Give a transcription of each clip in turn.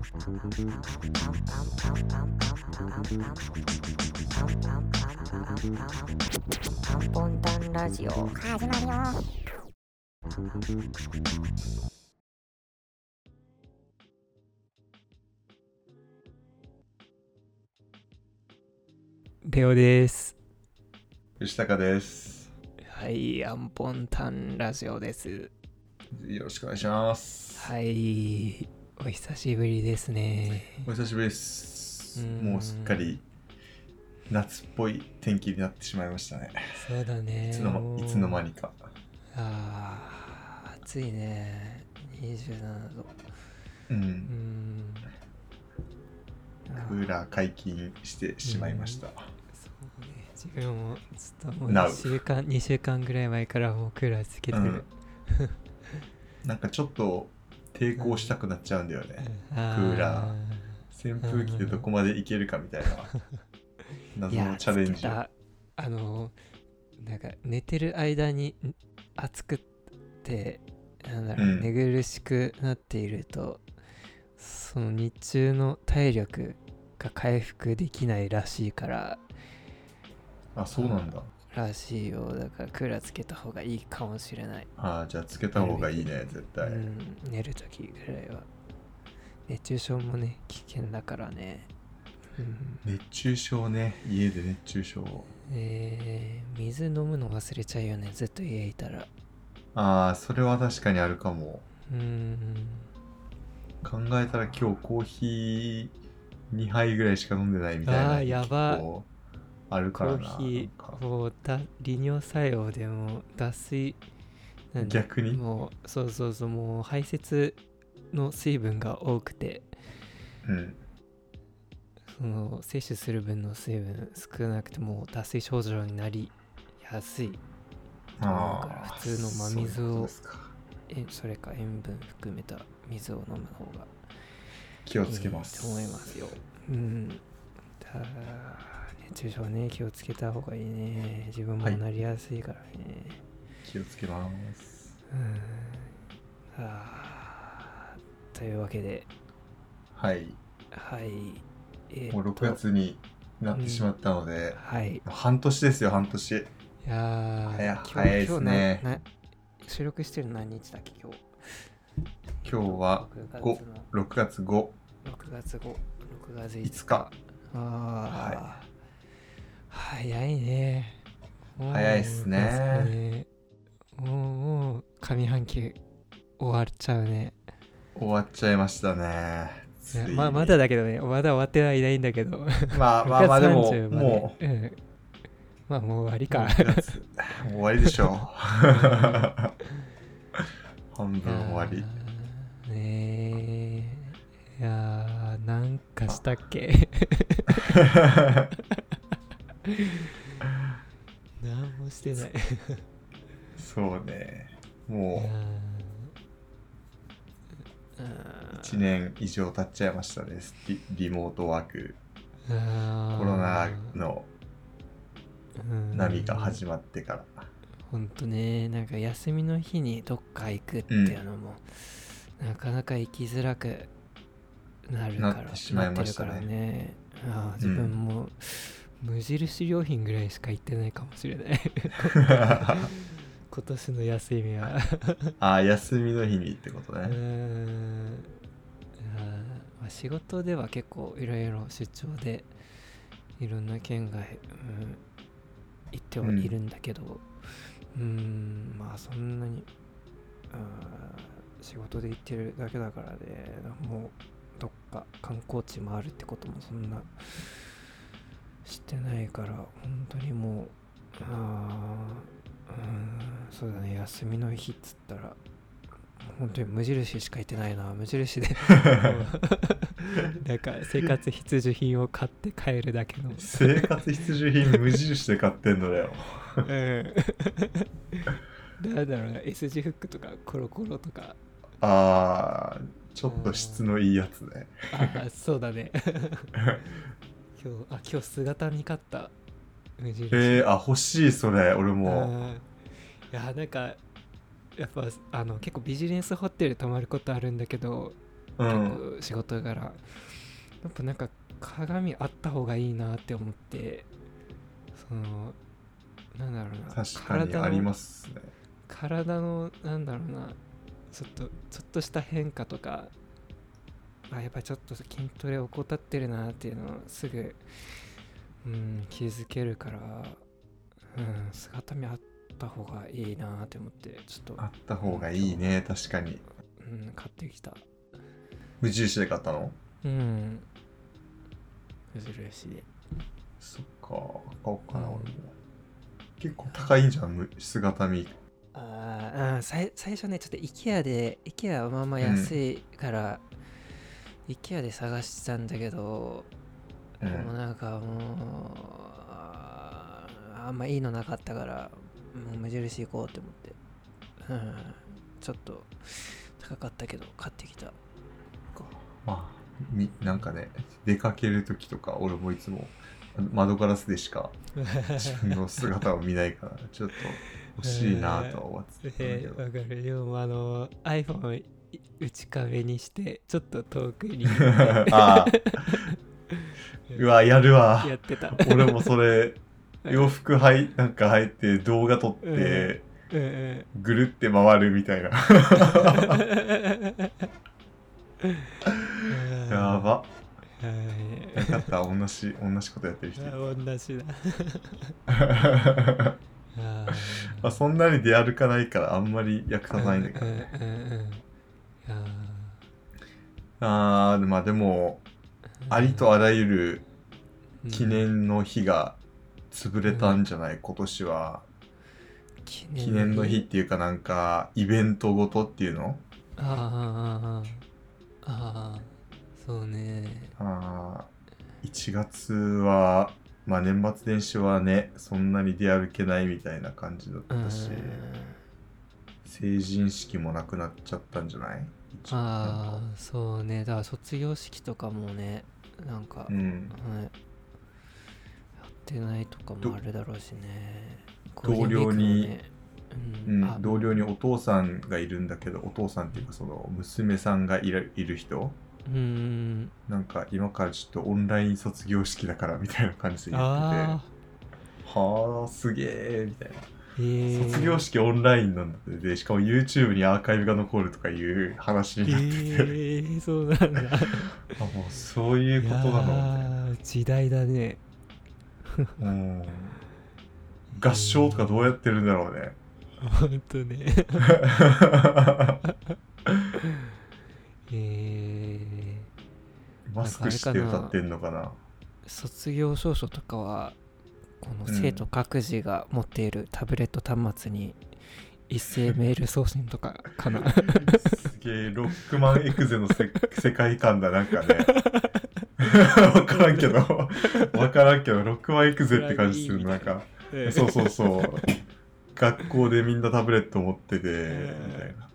アンポンタンラジオ始まるよ。 レオです。 吉高です。 はい、アンポンタンラジオです。 よろしくお願いします。 はい、お久しぶりですね。 お久しぶりです。もうすっかり夏っぽい天気になってしまいましたね。 そうだね。 いつの間にか。 暑いね。27度。 クーラー解禁してしまいました。 そうね。自分もずっともう2週間ぐらい前からもうクーラーつけてる。 なんかちょっと抵抗したくなっちゃうんだよね。クーラー。扇風機でどこまでいけるかみたいな謎のチャレンジ。 なんか寝てる間に暑くって寝苦しくなっていると、その日中の体力が回復できないらしいから。 あ、そうなんだ。 らしいよ。だからクーラーつけた方がいいかもしれない。 じゃあつけた方がいいね、絶対。 寝るときぐらいは。熱中症もね、危険だからね。 熱中症ね、家で熱中症。 水飲むの忘れちゃうよね、ずっと家いたら。 それは確かにあるかも。考えたら今日コーヒー2杯ぐらいしか飲んでないみたいな。 やば。 あるからな。 コーヒーもう利尿作用でも脱水逆にもうそうもう排泄の水分が多くて、その摂取する分の水分少なくても脱水症状になりやすいと思うから、普通の真水をそれか塩分含めた水を飲む方が気をつけますと思いますよ。熱中症ね、気をつけた方がいいね。自分もなりやすいからね。 気をつけます。 というわけで、 はい、もう6月になってしまったので、半年ですよ、半年。いや早いですね。 収録してるの何日だっけ、今日は6月5。 6月5日。早いね。 早いっすね。 もう上半期終わっちゃうね。 終わっちゃいましたね。 まだだけどね、まだ終わってはいないんだけど。 まあでももう、 もう終わりか。 終わりでしょう。半分終わり。 いやなんかしたっけ。何もしてない。 そうね、もう1年以上経っちゃいましたね。リモートワーク。コロナの波が始まってから。 ほんとね、なんか休みの日にどっか行くっていうのも、なかなか行きづらくなるからなってしまいましたね。自分も無印良品ぐらいしか行ってないかもしれない。今年の休みは。 休みの日にってことね。 仕事では結構いろいろ出張でいろんな県外、行ってはいるんだけど、まあそんなに仕事で行ってるだけだからね、もうどっか観光地回るってこともそんなしてないから、本当にもうそうだね、休みの日っつったら本当に無印しか行ってないな。無印でなんか生活必需品を買って帰るだけの。 生活必需品無印で買ってんのだよ。 なんだろうな、S 字フックとかコロコロとか。 ちょっと質のいいやつね。 そうだね。今日姿見買った無印。 欲しいそれ。俺も。 いやなんかやっぱ結構ビジネスホテル泊まることあるんだけど、 結構仕事柄やっぱなんか鏡あった方がいいなって思って、そのなんだろうな、 確かにありますね。 体のなんだろうな、ちょっとした変化とか、やっぱりちょっと筋トレ怠ってるなっていうのをすぐ、気づけるから、姿見あった方がいいなって思って、ちょっとあった方がいいね、確かに。 買ってきた。 無印で買ったの？ 無印で。 そっか、買おうかな、俺も。結構高いんじゃん、姿見。 最初ね、ちょっと IKEA はまあまあ安いから、IKEA で探してたんだけど、でもなんかもう、あんまいいのなかったから、もう無印行こうって思って、ちょっと高かったけど買ってきた。 まあ、なんかね、出かけるときとか、俺もいつも窓ガラスでしか自分の姿を見ないから、ちょっと欲しいなとは思ってたんだけど。 わかる。でもiPhone 内壁にしてちょっと遠くにああうわやるわ。 やってた。 俺もそれ洋服なんか入って動画撮って、ぐるって回るみたいなやば。よかった、同じことやってる人。 同じだ。 まあそんなに出歩かないからあんまり役立たないんだけどね。まあでもありとあらゆる記念の日が潰れたんじゃない、今年は。記念の日っていうかなんかイベントごとっていうの？ そうね。 1月はまあ年末年始はねそんなに出歩けないみたいな感じだったし、成人式もなくなっちゃったんじゃない？ そうね。だから卒業式とかもね、なんか、やってないとかもあるだろうしね。 同僚にお父さんがいるんだけど、お父さんっていうかその娘さんがいる人、なんか今からちょっとオンライン卒業式だからみたいな感じで言ってて、はあすげえみたいな。卒業式オンラインなんだって。でしかも YouTube にアーカイブが残るとかいう話になってて、 そうなんだ。 もうそういうことなの。 時代だね。 合唱とかどうやってるんだろうね。 ほんとね。 マスクして歌ってんのかな。 卒業証書とかはこの生徒各自が持っているタブレット端末に一斉メール送信とかかな。 すげえロックマンエクゼの世界観だ。なんかね分からんけどロックマンエクゼって感じする。なんかそう学校でみんなタブレット持っててみたいな。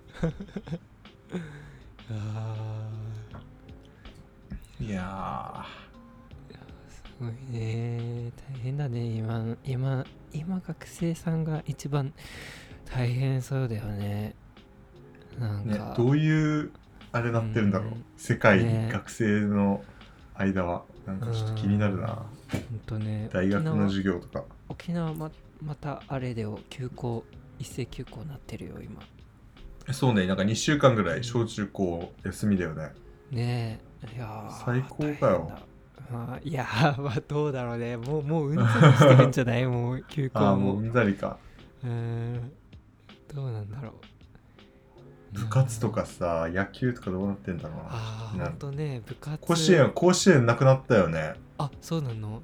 いやすごいね。大変だね。今学生さんが一番大変そうだよね。なんか、 ね、どういうあれなってるんだろう、世界、学生の間は。なんかちょっと気になるな。 ほんとね。 大学の授業とか。 沖縄またあれで一斉休校になってるよ今。 そうね、なんか2週間ぐらい小中高休みだよね。 ねえ。いや最高かよ。 いやどうだろうね。もううんざりしてるんじゃない？もう休校も。 もううんざりか。 どうなんだろう。 部活とかさ、野球とかどうなってんだろうな。 ほんとね、部活。 甲子園なくなったよね。 そうなの？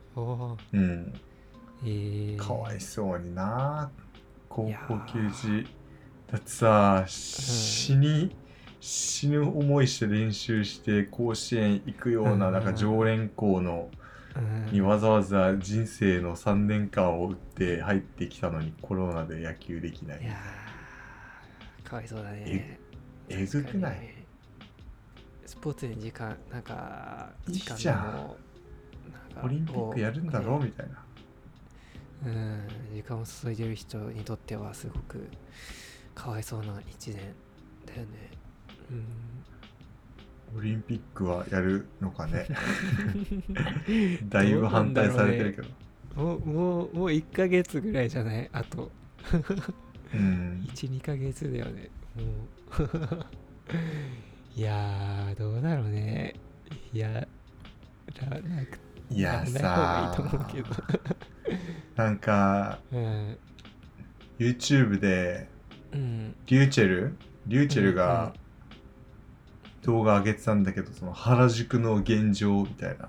かわいそうにな。高校球児だってさ、死ぬ思いして練習して甲子園行くような、なんか常連校のにわざわざ人生の3年間を打って入ってきたのにコロナで野球できない。 いやーかわいそうだね。 えぐくない？ スポーツに時間いいじゃん。オリンピックやるんだろみたいな。 時間を注いでる人にとってはすごくかわいそうな一年だよね。 オリンピックはやるのかね。だいぶ反対されてるけど。 もう1ヶ月ぐらいじゃない？あと。 うん。 1、2ヶ月だよね。もう。いやー、どうだろうね。いや、 いやない方がいいと思うけど。 なんか、 うん、 YouTube で、 うん、 リューチェルが動画上げてたんだけど、その原宿の現状みたいな。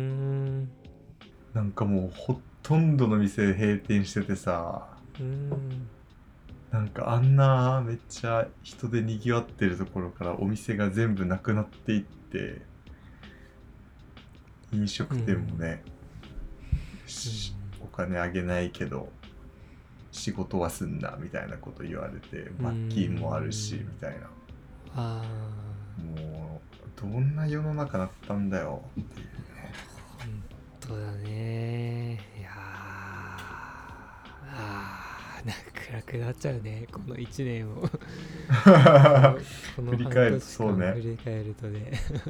なんかもうほとんどの店閉店しててさ、なんかあんなめっちゃ人で賑わってるところからお店が全部なくなっていって、飲食店もね、お金あげないけど仕事はすんなみたいなこと言われて、罰金もあるしみたいな。もうどんな世の中だったんだよっていうね。 本当だね。いやなんか暗くなっちゃうね、この1年を。この振り返るとそうね。 振り返るとね。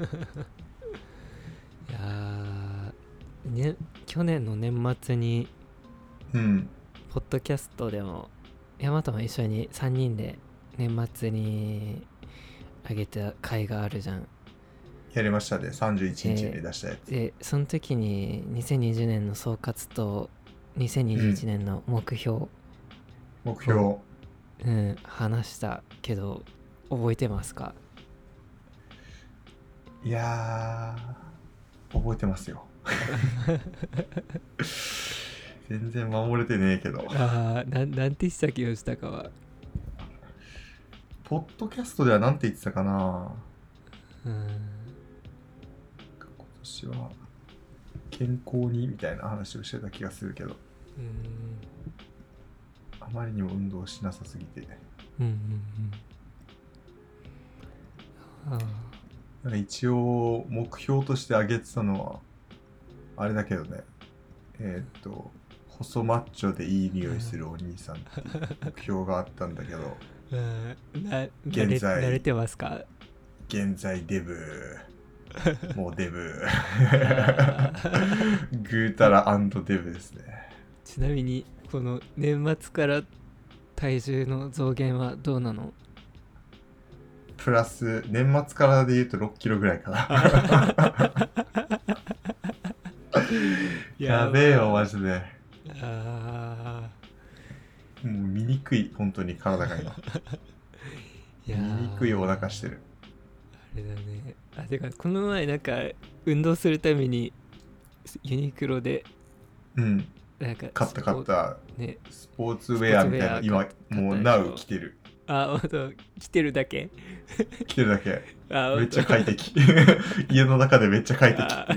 いやね、去年の年末に、ポッドキャストでもヤマトも一緒に3人で年末に上げた回があるじゃん。 やりましたね、31日に出したやつ。 でその時に2020年の総括と2021年の目標、話したけど覚えてますか？ いやー、覚えてますよ。全然守れてねえけど。 なんてした気をしたかは。 ポッドキャストではなんて言ってたかな。今年は健康にみたいな話をしてた気がするけど、あまりにも運動しなさすぎて、なんか一応目標として挙げてたのはあれだけどね、細マッチョでいい匂いするお兄さんっていう目標があったんだけど、 現在慣れてますか？ 現在デブもうデブぐーたらデブですね。 ちなみにこの年末から体重の増減はどうなの？ プラス年末からで言うと6キロぐらいかな。やべえよマジで。もう醜い本当に体が今。醜いお腹してる。 あれだね。てかこの前なんか運動するためにユニクロでなんか買ったね、スポーツウェアみたいな今もうナウ着てる。 本当着てるだけ着てるだけ。めっちゃ快適。家の中でめっちゃ快適っていう。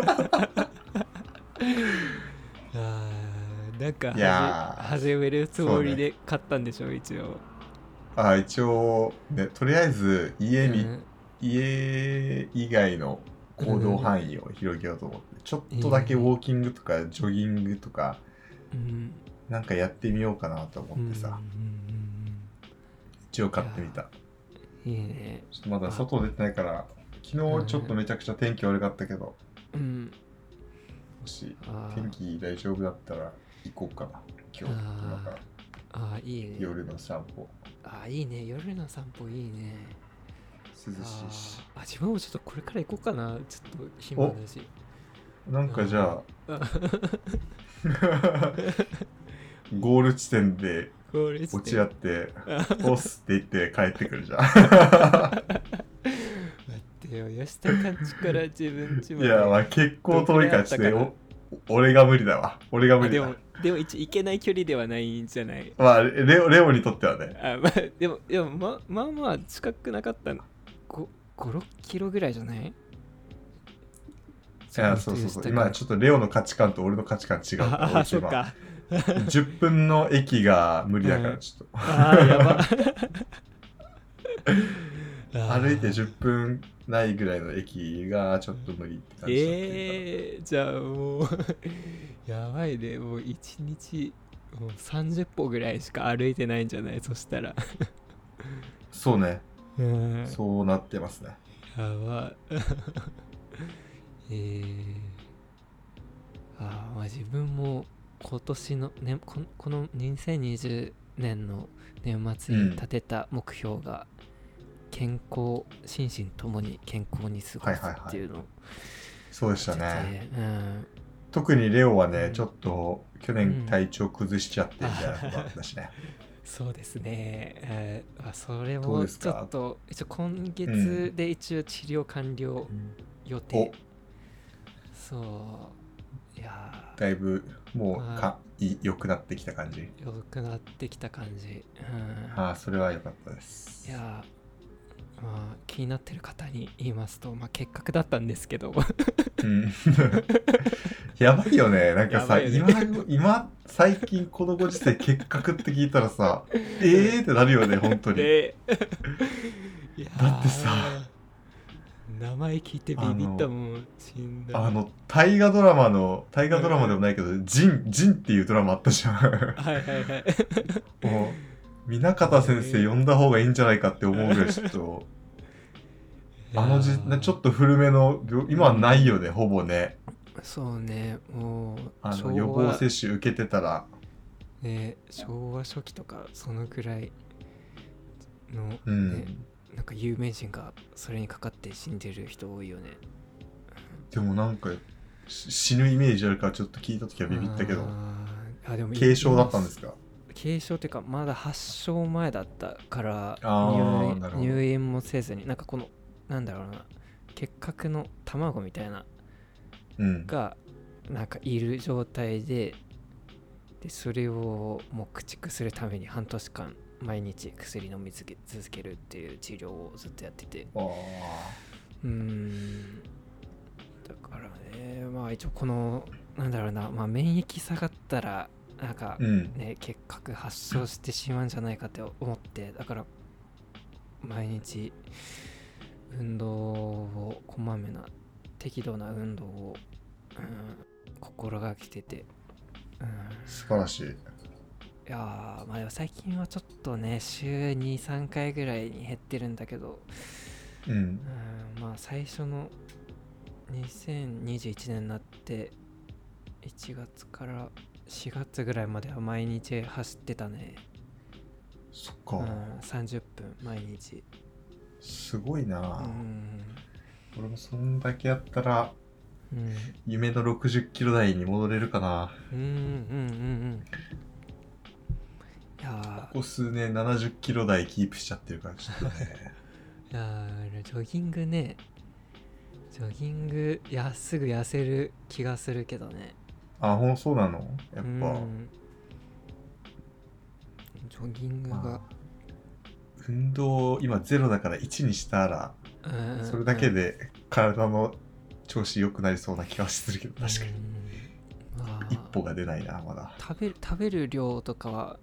なんか始めるつもりで買ったんでしょ、一応。 一応ね、とりあえず家以外の行動範囲を広げようと思って、ちょっとだけウォーキングとかジョギングとか、なんかやってみようかなと思ってさ、一応買ってみた。 いいね。 ちょっとまだ外出てないから、昨日ちょっとめちゃくちゃ天気悪かったけど、もし天気大丈夫だったら行こうかな、今から。 いいね。 夜の散歩。 いいね、夜の散歩いいね。 涼しいし。 自分もちょっとこれから行こうかな、ちょっと暇だし。 なんかじゃあゴール地点で落ち合ってオスって言って帰ってくるじゃん。 待ってよ、吉田監督から自分家まで。 いや、まあ結構遠いからちょっと俺が無理だわ。 でも一応行けない距離ではないんじゃない？ まあレオにとってはね。 でもまあ近くなかったの。5、6キロぐらいじゃない？ いや、そう今ちょっとレオの価値観と俺の価値観違うから。 そうか。 10分の駅が無理だからちょっと。 やば。 歩いて10分ないぐらいの駅がちょっと無理って感じだった。 じゃあもうやばいね。もう1日もう30歩ぐらいしか歩いてないんじゃない？そしたら。 そうね。そうなってますね。 やばまあ自分も今年の、ね、この2020年の年末に立てた目標が健康、心身ともに健康に過ごすっていうのを、 そうでしたね、 うん、 特にレオはね、ちょっと去年体調崩しちゃってみたいなことあったしね、 そうですね、それもちょっと一応今月で一応治療完了予定、そういやだいぶもう良くなってきた感じ。 良くなってきた感じ、 それは良かったです。 いやまあ気になってる方に言いますと、まあ結核だったんですけどやばいよね。なんかさ、今最近このご時世結核って聞いたらさってなるよね本当に。だってさ、 名前聞いてビビったもん。死んだ。 大河ドラマでもないけど、ジンっていうドラマあったじゃん。もう南方先生呼んだ方がいいんじゃないかって思うぐらいちょっとちょっと古めの今はないよね、ほぼね。 そうね、もう予防接種受けてたらね、昭和初期とかそのくらいの、ね、なんか有名人がそれにかかって死んでる人多いよね。 でもなんか死ぬイメージあるからちょっと聞いた時はビビったけど、 でも軽症だったんですか？ 軽症っていうかまだ発症前だったから入院もせずに、なんかこのなんだろうな、結核の卵みたいながなんかいる状態で、それをもう駆逐するために半年間毎日薬飲み続けるっていう治療をずっとやってて、だからね、まあ一応このなんだろうな、まあ免疫下がったらなんかね、結核発症してしまうんじゃないかって思って、だから毎日運動をこまめな適度な運動を、心がけてて、 素晴らしい。 いやまあでも最近はちょっとね週 2,3 回ぐらいに減ってるんだけど、まあ最初の2021年になって1月から4月ぐらいまでは毎日走ってたね。 そっか、 30分毎日。 すごいな。俺もそんだけやったら、夢の60キロ台に戻れるかな。いやここ数年70キロ台キープしちゃってるからちょっとねいやジョギングね、すぐ痩せる気がするけどね。 そうなの？やっぱ、 ジョギングが、 運動今ゼロだから1にしたら、それだけで体の調子良くなりそうな気がするけど、確かに一歩が出ないなまだ。 食べる量とかは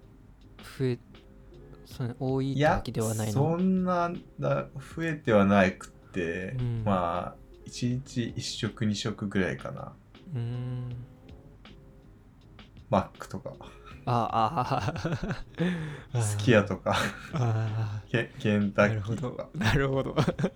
多いってわけではないの？ そんな増えてはなくて、まあ1日1食2食ぐらいかな。マックとかすき家とかケンタッキーとか。 なるほど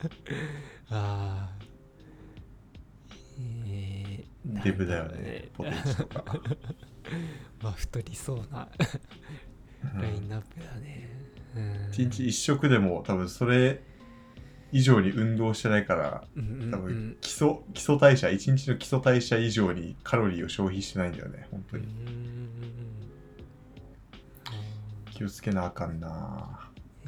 デブだよね、ポテチとかまあ太りそうなラインナップだね。 1日1食でも多分それ以上に運動してないから、多分基礎代謝、1日の基礎代謝以上にカロリーを消費してないんだよね、本当に。気をつけなあかんな。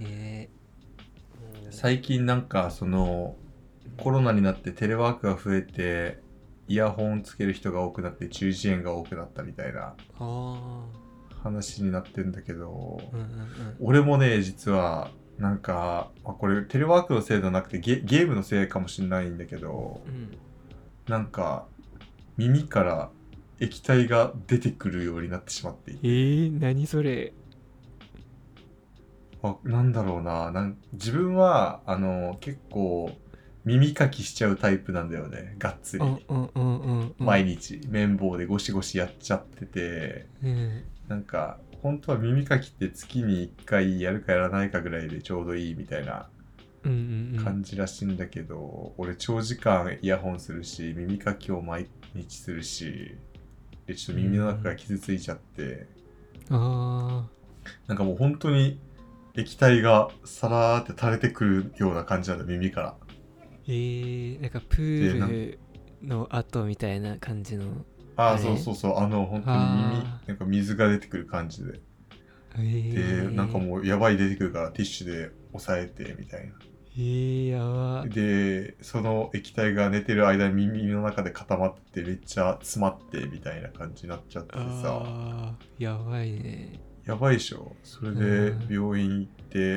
最近なんかコロナになってテレワークが増えてイヤホンつける人が多くなって中耳炎が多くなったみたいな話になってるんだけど、俺もね実はなんかこれテレワークのせいじゃなくてゲームのせいかもしれないんだけど、なんか耳から液体が出てくるようになってしまっていて。 何それ？ なんだろうな、自分は結構耳かきしちゃうタイプなんだよね、がっつり。毎日綿棒でゴシゴシやっちゃってて、なんか本当は耳かきって月に1回やるかやらないかぐらいでちょうどいいみたいな感じらしいんだけど、俺長時間イヤホンするし耳かきを毎日するしでちょっと耳の中が傷ついちゃって、なんかもう本当に液体がさらーって垂れてくるような感じなんだ耳から。 なんかプールの後みたいな感じの。 そうそうそう、本当になんか水が出てくる感じで。で、なんかもうやばい出てくるからティッシュで押さえてみたいな。 やば。 で、その液体が寝てる間に耳の中で固まってめっちゃ詰まってみたいな感じになっちゃってさ。 やばいね。 やばいでしょ。それで病院行って、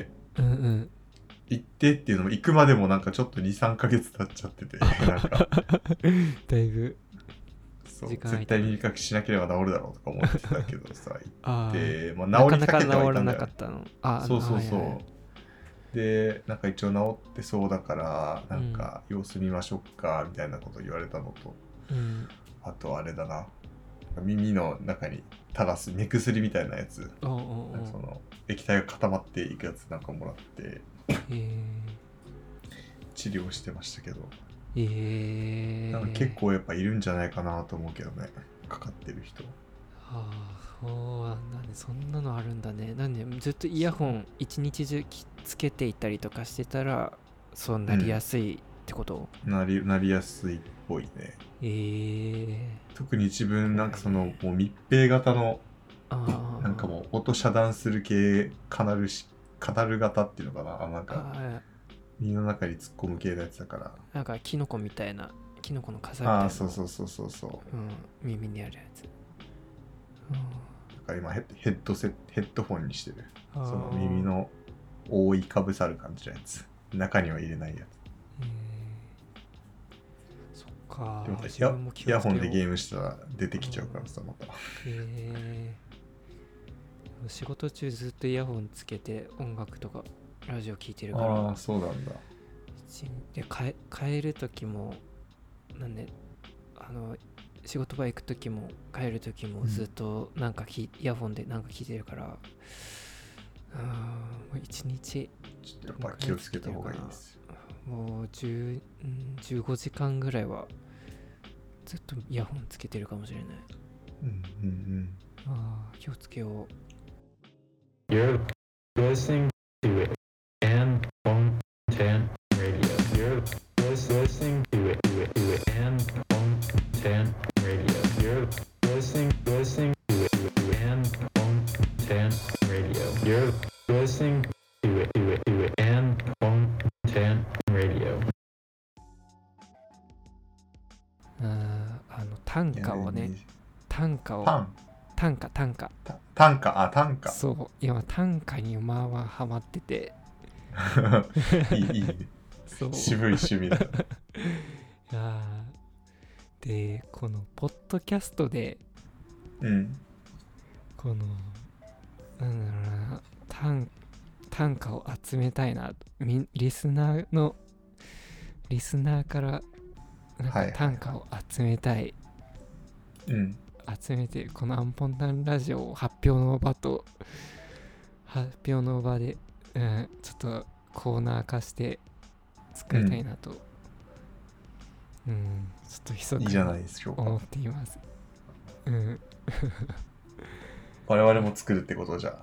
行ってっていうのも行くまでもなんかちょっと 2,3 ヶ月経っちゃっててなんかだいぶそう絶対耳かきしなければ治るだろうとか思ってたけどさ行って、治りかけてはいたんだよ。そうそうそう。でなんか一応治ってそうだからなんか様子見ましょうかみたいなこと言われたのと、あとあれだな、耳の中に垂らす目薬みたいなやつ、その液体が固まっていくやつなんかもらって治療してましたけど、なんか結構やっぱいるんじゃないかなと思うけどね、かかってる人。 そうなんだね、そんなのあるんだね。なんでずっとイヤホン一日中つけていたりとかしてたらそうなりやすいってこと？ なりやすいっぽいね。特に自分なんかそのもう密閉型のなんかもう音遮断する系カナル型っていうのかな、なんか耳の中に突っ込む系のやつだから、 なんかキノコみたいな、キノコの飾りみたいな。 そう、 耳にあるやつ。 だから今ヘッドフォンにしてる。その耳の覆いかぶさる感じのやつ、中には入れないやつ。そっか。 でもイヤホンでゲームしたら出てきちゃうからさ、また。 仕事中ずっとイヤホンつけて音楽とかラジオ聞いてるから。 そうなんだ。 で帰る時もなんで仕事場行く時も帰る時もずっとなんかイヤホンでなんか聞いてるから、もう一日ちょっとやっぱ気をつけた方がいいですよ。 もう15時間ぐらいはずっとイヤホンつけてるかもしれない。気をつけよう。You're listening to it and on 10 radio. You're listening to it and on 10 radio. You're listening to it and on 10 radio. You're listening to it and on 10 radio. 短歌をね、短歌そう、今短歌にハマってていいそう渋い趣味だで、このポッドキャストで、このなんだろうな、短歌を集めたいな、リスナーからなんか短歌を集めたい、集めてこのアンポンタンラジオを発表の場で、ちょっとコーナー化して作りたいなと、ちょっと密かに思っています。 我々も作るってことじゃ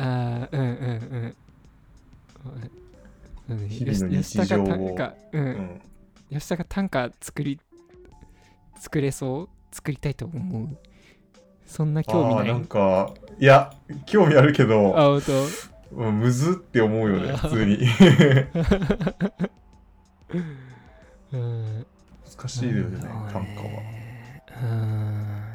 日々の日常を吉田が短歌作れそう、作りたいと思う。そんな興味ない？ なんかいや興味あるけどむずって思うよね普通に難しいよね短歌は。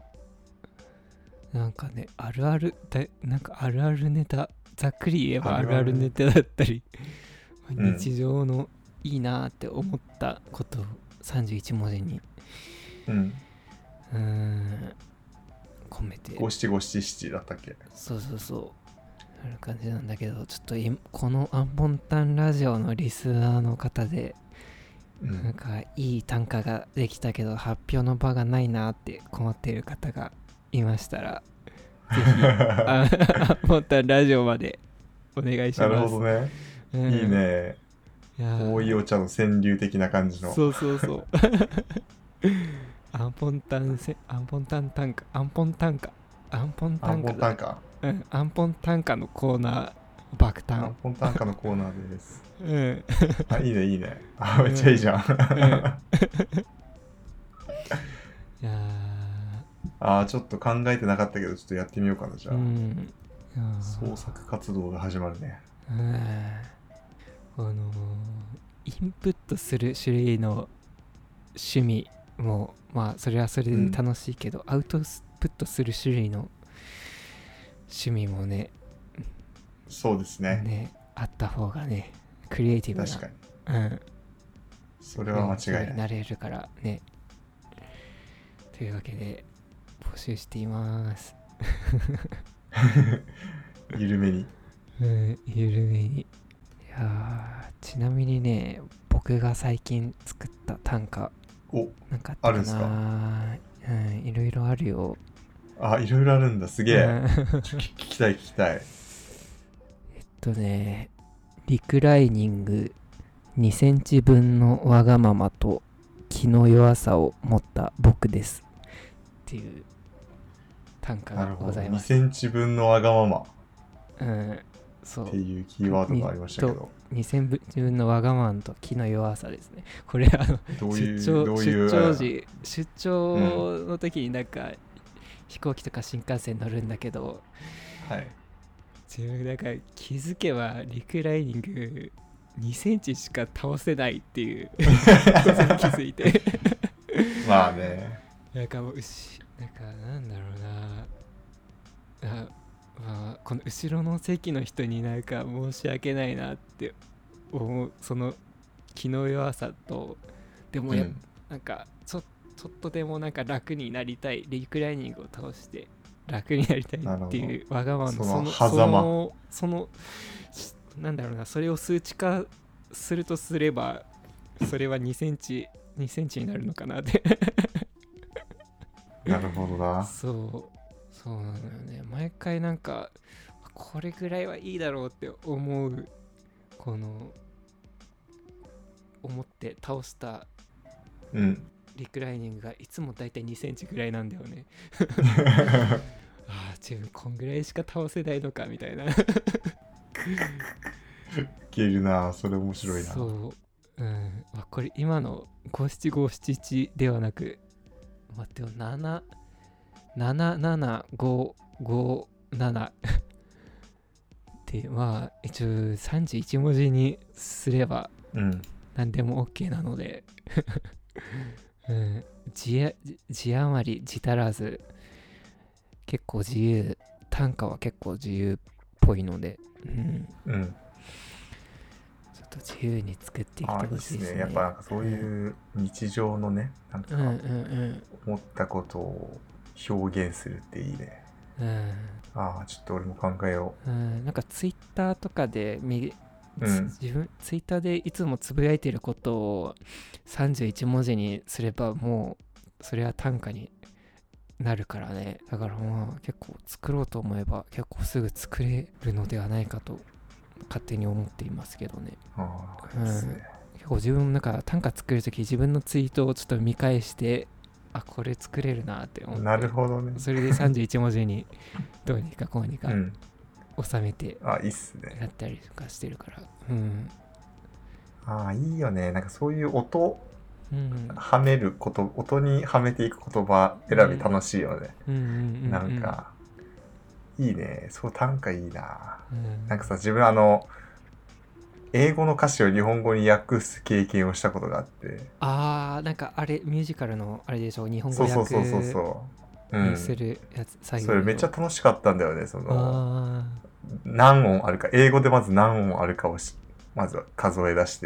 なんかね、なんかあるあるネタ、ざっくり言えばあるあるネタだったり日常のいいなって思ったことを31文字に込めて、 五七五七七だったっけ？ そうある感じなんだけど、ちょっとこのアンポンタンラジオのリスナーの方で、なんかいい短歌ができたけど発表の場がないなって困っている方がいましたらぜひアンポンタンラジオまでお願いします。 なるほどね、いいね。 いや多いお茶の川柳的な感じの。 そうそうそうアンポンタン短歌アンポン短歌アンポン短歌アンポン短歌のコーナー爆誕。 アンポン短歌のコーナーです。 うんいいねいいね。めっちゃいいじゃん。 いやちょっと考えてなかったけどちょっとやってみようかなじゃあ。創作活動が始まるね。 インプットする種類の趣味もまあそれはそれで楽しいけど、アウトプットする種類の趣味もね、 そうですね。 あった方がね、クリエイティブな、 確かに。それは間違いない。 なれるからね。というわけで募集しています。 緩めに。 緩めに。いやちなみにね、僕が最近作った短歌なんかあったかな。 あるんですか？ いろいろあるよ。 いろいろあるんだ。すげえ。聞きたい。 リクライニング2センチ分のわがままと気の弱さを持った僕ですっていう短歌がございます。 2センチ分のわがまま、 そうっていうキーワードがありましたけど、 2センチ分のわがままと気の弱さですね。これ出張の時になんか飛行機とか新幹線乗るんだけど、自分なんか気づけばリクライニング2センチしか倒せないっていうことに気づいてまあね、 なんかもうなんだろうな、この後ろの席の人になんか申し訳ないなって思う、その気の弱さと、でもなんかちょっとでもなんか楽になりたい、リクライニングを倒して楽になりたいっていうわがままのそのなんだろうな、それを数値化するとすればそれは2センチになるのかなってなるほどな。 そうなんだよね。毎回なんかこれぐらいはいいだろうって思う、思って倒したリクライニングがいつもだいたい2センチぐらいなんだよね。自分こんぐらいしか倒せないのかみたいな。いけるな、それ面白いな。 これ今の57571ではなく、待ってよ、77557で、まあ一応31文字にすれば何でも OK なので、字余り字足らず、結構自由、短歌は結構自由っぽいので、ちょっと自由に作っていきてほしいですね。 やっぱなんかそういう日常のね、なんか思ったことを表現するっていいね。ちょっと俺も考えよう。 なんかツイッターとかで自分ツイッターでいつもつぶやいてることを31文字にすればもうそれは短歌になるからね。だからまあ結構作ろうと思えば結構すぐ作れるのではないかと勝手に思っていますけどね。結構自分なんか短歌作るとき自分のツイートをちょっと見返して、これ作れるなって思って、 なるほどね。 それで31文字にどうにかこうにか収めていいっすね。 やったりとかしてるから、 いいよね。なんかそういう音はめること、音にはめていく言葉選び楽しいよね。なんかいいね。そう、短歌いいな。なんかさ、自分英語の歌詞を日本語に訳す経験をしたことがあって。 なんかあれミュージカルのあれでしょ、日本語訳するやつ、最後それめっちゃ楽しかったんだよね。何音あるか、英語でまず何音あるかをまず数え出して、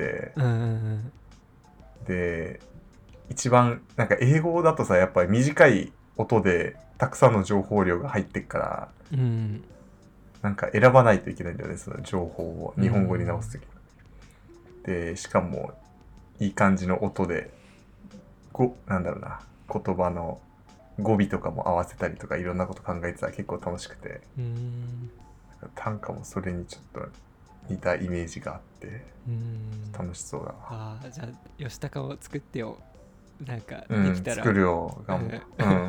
で一番なんか英語だとさ、やっぱり短い音でたくさんの情報量が入ってっから、なんか選ばないといけないんだよね、その情報を日本語に直すとき、でしかもいい感じの音でなんだろうな、言葉の語尾とかも合わせたりとかいろんなこと考えてたら結構楽しくて、短歌もそれにちょっと似たイメージがあって楽しそうだな。 ああ、じゃあ吉高を作ってよ。なんかうんできたら、 作るよ頑張る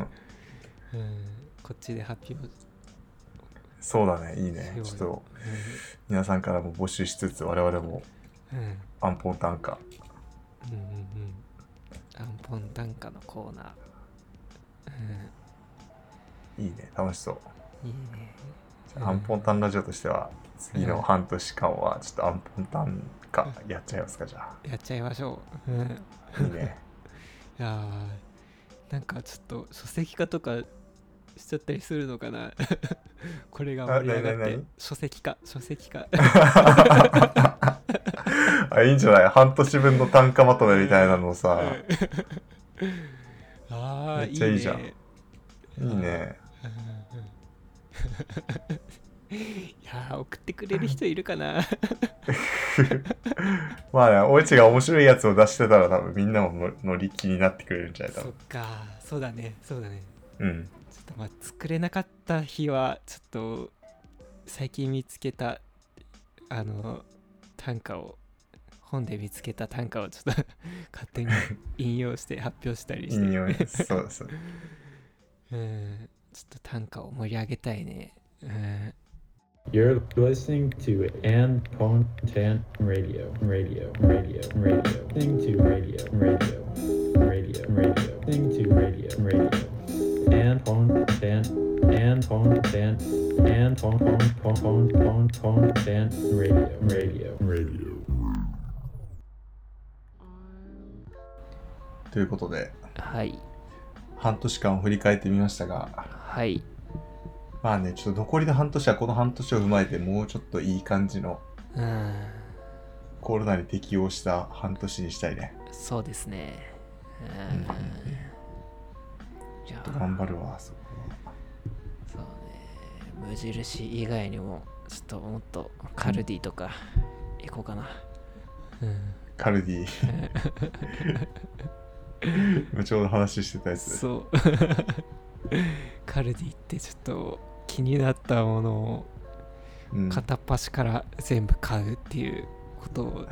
こっちで発表そうだね、いいね。 しようよ。 ちょっと皆さんからも募集しつつ我々もアンポン短歌アンポン短歌のコーナー、 いいね、楽しそう。 いいね。 じゃあアンポン短ラジオとしては次の半年間はちょっとアンポン短歌やっちゃいますか。じゃあやっちゃいましょう。 いいね。 いやー、なんかちょっと書籍化とかしちゃったりするのかなこれが盛り上がって書籍化あ、いいんじゃない。半年分の単価まとめみたいなのさあー、 めっちゃいいじゃん。 いいいね。 いやー、送ってくれる人いるかなまあね、おいちが面白いやつを出してたら多分みんなも乗り気になってくれるんじゃない。 そっか、そうだね。 うんちょっとまあ作れなかった日はちょっと最近見つけた短歌を本で見つけた短歌をちょっと勝手に引用して発表したりして引用そうそうちょっと短歌を盛り上げたいね。 You're listening to Anpontan Radio. Listening to radio. Listening to radio. Anpontan Radio. ということで、 はい。 半年間を振り返ってみましたが、 はい。 まあね、ちょっと残りの半年はこの半年を踏まえてもうちょっといい感じのコロナに適応した半年にしたいね。 そうですね。 ちょっと頑張るわ、そこは。 そうね。無印以外にもちょっともっとカルディとか行こうかな。 カルディ今ちょうど話してたやつ。 そうカルディってちょっと気になったものを片っ端から全部買うっていうことを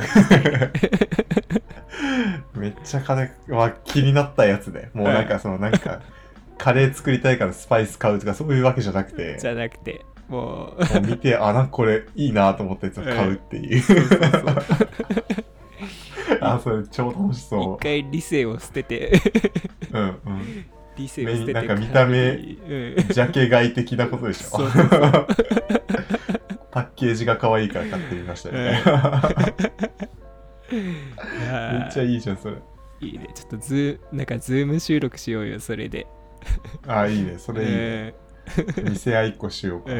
めっちゃ気になったやつで、もうなんかなんかカレー作りたいからスパイス買うとかそういうわけじゃなくてもう見て、あ、なんかこれいいなと思ったやつを買うっていう、あ、それ超楽しそう。 一回理性を捨てて理性を捨ててなんか見た目、ジャケ買い的なことでしょ。パッケージが可愛いから買ってみましたよね。めっちゃいいじゃんそれ。 いいね。ちょっとなんかズーム収録しようよそれで。 あ、いいね、それいいね。見せ合いっこしようか。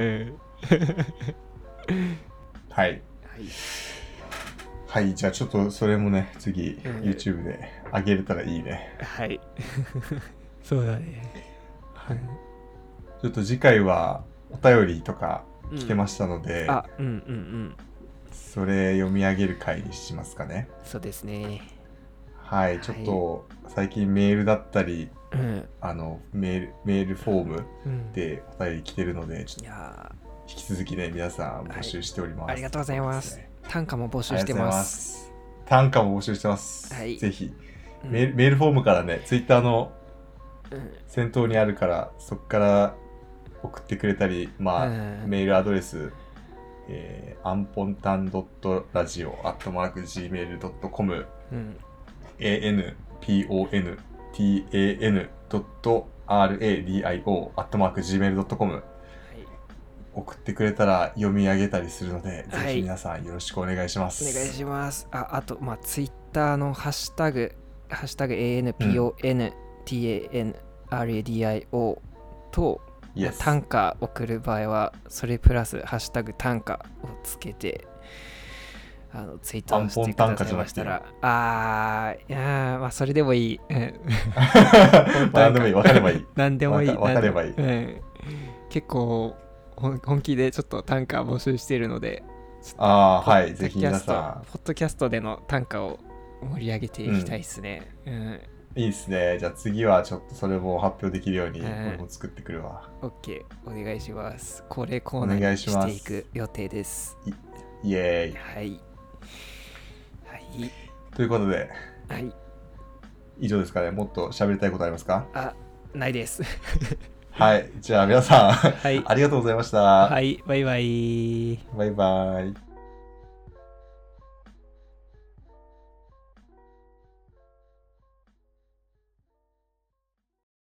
はいはい、じゃあちょっとそれもね、次、YouTube で上げれたらいいね。 はい。そうだね。 はい。ちょっと次回はお便りとか来てましたので、それ読み上げる回にしますかね。 そうですね。 はい、ちょっと最近メールだったり、メールフォームでお便り来てるので、ちょっと引き続きね、皆さん募集しております。 ありがとうございます。短歌も募集してます。 短歌も募集してます。 はい、 ぜひ、メールフォームからね、Twitter の先頭にあるから、そこから送ってくれたり、まあ、メールアドレス、anpontan.radio@gmail.com、anpontan.radio@gmail.com、送ってくれたら読み上げたりするので、ぜひ皆さんよろしくお願いします。 お願いします。あと、まあ、Twitter のハッシュタグ ANPONTANRADIO と、短歌送る場合はそれプラスハッシュタグ短歌をつけてツイートをしてくださいましたら、まあそれでもいい。 何でもいい、分かればいい。 何でもいい。 分かればいい。 結構本気でちょっと短歌募集しているので、 はい、ぜひ皆さんポッドキャストでの短歌を盛り上げていきたいですね。 いいですね。じゃあ次はちょっとそれも発表できるように俺も作ってくるわ。 OK、お願いします。これコーナーにしていく予定です。 イエーイ。 はい。はい。 ということで、 はい。 以上ですかね。もっと喋りたいことありますか？ ないです。 はい。じゃあ皆さん、 はい、 ありがとうございました。 はい、バイバイ。 バイバイ。